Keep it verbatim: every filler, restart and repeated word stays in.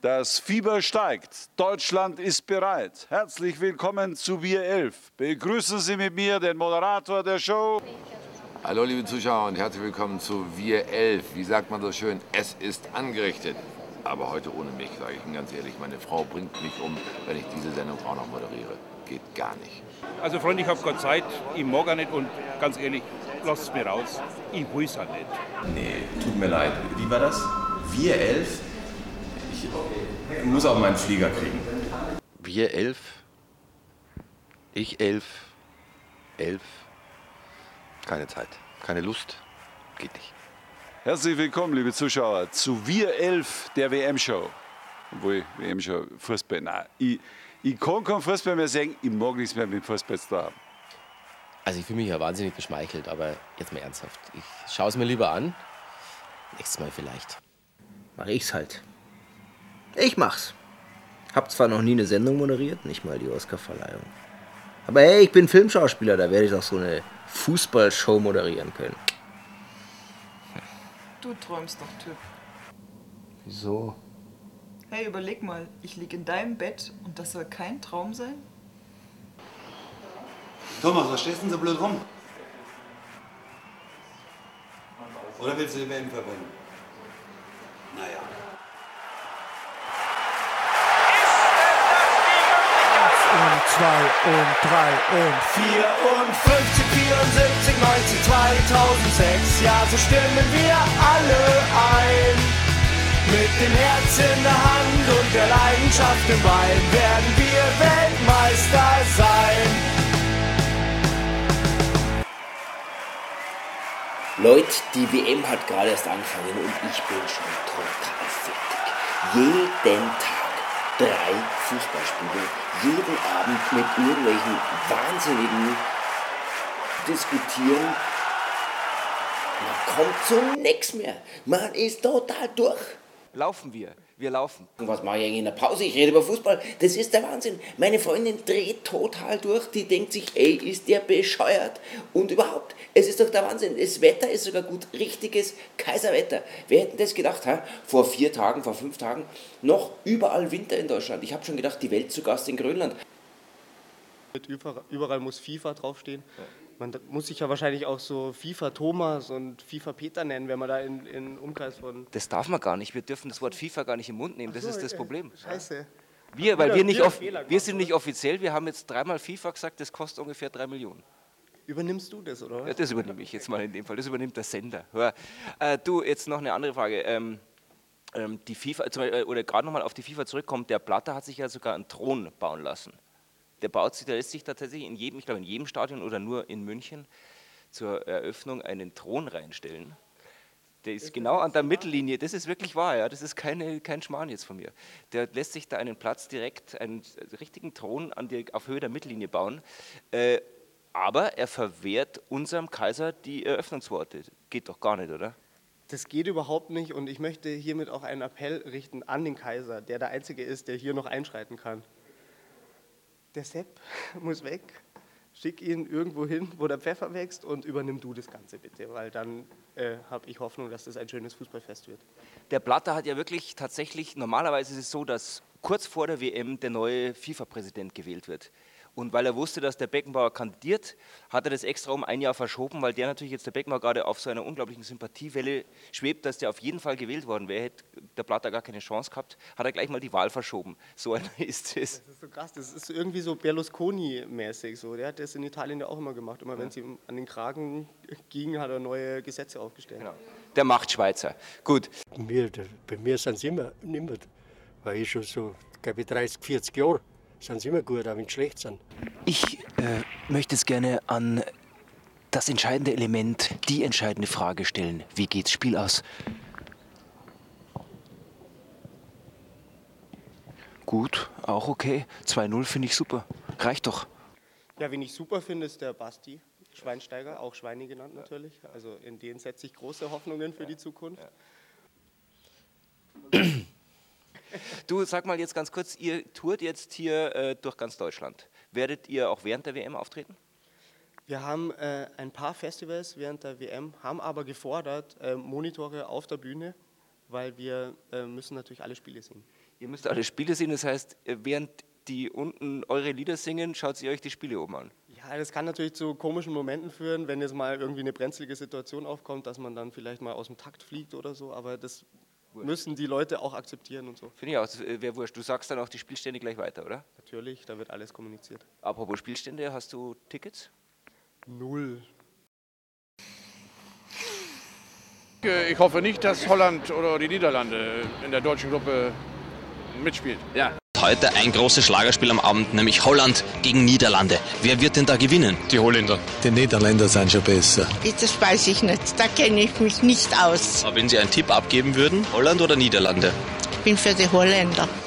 Das Fieber steigt. Deutschland ist bereit. Herzlich willkommen zu Wir elf. Begrüßen Sie mit mir den Moderator der Show. Hallo liebe Zuschauer und herzlich willkommen zu Wir elf. Wie sagt man so schön, es ist angerichtet. Aber heute ohne mich, sage ich Ihnen ganz ehrlich. Meine Frau bringt mich um, wenn ich diese Sendung auch noch moderiere. Geht gar nicht. Also Freunde, ich habe keine Zeit, ich mag auch nicht und ganz ehrlich, lasst es mir raus. Ich will es halt nicht. Nee, tut mir leid. Wie war das? Wir elf? Ich muss auch meinen Flieger kriegen. Wir elf, ich elf, elf, keine Zeit, keine Lust, geht nicht. Herzlich willkommen, liebe Zuschauer, zu Wir elf, der W M-Show. Obwohl, W M-Show, Fußball, nein. Ich, ich kann kein Fußball mehr sehen, ich mag nichts mehr mit Fußball zu haben. Also ich fühle mich ja wahnsinnig geschmeichelt, aber jetzt mal ernsthaft. Ich schaue es mir lieber an. Nächstes Mal vielleicht. Mach ich's halt. Ich mach's. Hab zwar noch nie eine Sendung moderiert, nicht mal die Oscarverleihung. Aber hey, ich bin Filmschauspieler, da werde ich doch so eine Fußballshow moderieren können. Du träumst doch, Typ. Wieso? Hey, überleg mal, ich lieg in deinem Bett und das soll kein Traum sein? Thomas, was stehst denn so blöd rum? Oder willst du die W M verbrennen? Naja. Und zwei und drei und vier und fünfzig, vierundsiebzig, neunzig, zweitausendsechs. Ja, so stimmen wir alle ein. Mit dem Herz in der Hand und der Leidenschaft im Bein werden wir Weltmeister sein. Leute, die W M hat gerade erst angefangen und ich bin schon total fertig. Jeden Tag drei Fußballspiele, jeden Abend mit irgendwelchen Wahnsinnigen diskutieren. Man kommt zu nichts mehr. Man ist total durch. Laufen wir. Wir laufen. Und was mache ich eigentlich in der Pause? Ich rede über Fußball. Das ist der Wahnsinn. Meine Freundin dreht total durch. Die denkt sich, ey, ist der bescheuert? Und überhaupt, es ist doch der Wahnsinn. Das Wetter ist sogar gut. Richtiges Kaiserwetter. Wer hätte das gedacht? Ha? Vor vier Tagen, vor fünf Tagen, noch überall Winter in Deutschland. Ich habe schon gedacht, die Welt zu Gast in Grönland. Überall muss FIFA draufstehen. Man muss sich ja wahrscheinlich auch so FIFA Thomas und FIFA Peter nennen, wenn man da in, in Umkreis von... Das darf man gar nicht. Wir dürfen das Wort FIFA gar nicht im Mund nehmen. Das so, ist das Problem. Scheiße. Wir, weil wir, nicht off- wir sind nicht offiziell. Wir haben jetzt dreimal FIFA gesagt, das kostet ungefähr drei Millionen. Übernimmst du das, oder was? Ja, das übernehme ich jetzt mal in dem Fall. Das übernimmt der Sender. Hör, äh, du, jetzt noch eine andere Frage. Ähm, ähm, die FIFA, oder gerade nochmal auf die FIFA zurückkommt, der Blatter hat sich ja sogar einen Thron bauen lassen. Der baut sich, der lässt sich da tatsächlich in jedem, ich glaube in jedem Stadion oder nur in München zur Eröffnung einen Thron reinstellen. Der ist genau an der Mittellinie, das ist wirklich wahr, ja, das ist keine, kein Schmarrn jetzt von mir. Der lässt sich da einen Platz direkt, einen richtigen Thron an die, auf Höhe der Mittellinie bauen, äh, aber er verwehrt unserem Kaiser die Eröffnungsworte. Geht doch gar nicht, oder? Das geht überhaupt nicht und ich möchte hiermit auch einen Appell richten an den Kaiser, der der Einzige ist, der hier noch einschreiten kann. Der Sepp muss weg, schick ihn irgendwo hin, wo der Pfeffer wächst und übernimm du das Ganze bitte, weil dann äh, habe ich Hoffnung, dass das ein schönes Fußballfest wird. Der Blatter hat ja wirklich tatsächlich, normalerweise ist es so, dass kurz vor der W M der neue FIFA-Präsident gewählt wird. Und weil er wusste, dass der Beckenbauer kandidiert, hat er das extra um ein Jahr verschoben, weil der natürlich jetzt der Beckenbauer gerade auf so einer unglaublichen Sympathiewelle schwebt, dass der auf jeden Fall gewählt worden wäre. Hätte der Blatter gar keine Chance gehabt, hat er gleich mal die Wahl verschoben. So einer ist es. Das ist so krass, das ist irgendwie so Berlusconi-mäßig. So. Der hat das in Italien ja auch immer gemacht. Immer wenn es ihm an den Kragen ging, hat er neue Gesetze aufgestellt. Genau. Der macht Schweizer. Gut. Wir, bei mir sind es immer, immer, weil ich schon so, glaube ich, dreißig, vierzig Jahre. Sind sie immer gut, auch wenn sie schlecht sind. Ich äh, möchte es gerne an das entscheidende Element, die entscheidende Frage stellen. Wie geht's Spiel aus? Gut, auch okay. zwei null finde ich super. Reicht doch. Ja, wen ich super finde, ist der Basti Schweinsteiger, auch Schweini genannt natürlich. Also in den setze ich große Hoffnungen für die Zukunft. Du, sag mal jetzt ganz kurz, ihr tourt jetzt hier äh, durch ganz Deutschland. Werdet ihr auch während der W M auftreten? Wir haben äh, ein paar Festivals während der W M, haben aber gefordert, äh, Monitore auf der Bühne, weil wir äh, müssen natürlich alle Spiele sehen. Ihr müsst alle Spiele sehen, das heißt, während die unten eure Lieder singen, schaut ihr euch die Spiele oben an? Ja, das kann natürlich zu komischen Momenten führen, wenn jetzt mal irgendwie eine brenzlige Situation aufkommt, dass man dann vielleicht mal aus dem Takt fliegt oder so, aber das müssen die Leute auch akzeptieren und so. Finde ich auch, das wäre wurscht. Du sagst dann auch die Spielstände gleich weiter, oder? Natürlich, da wird alles kommuniziert. Apropos Spielstände, hast du Tickets? Null. Ich hoffe nicht, dass Holland oder die Niederlande in der deutschen Gruppe mitspielt. Ja. Heute ein großes Schlagerspiel am Abend, nämlich Holland gegen Niederlande. Wer wird denn da gewinnen? Die Holländer. Die Niederländer sind schon besser. Das weiß ich nicht, da kenne ich mich nicht aus. Aber wenn Sie einen Tipp abgeben würden, Holland oder Niederlande? Ich bin für die Holländer.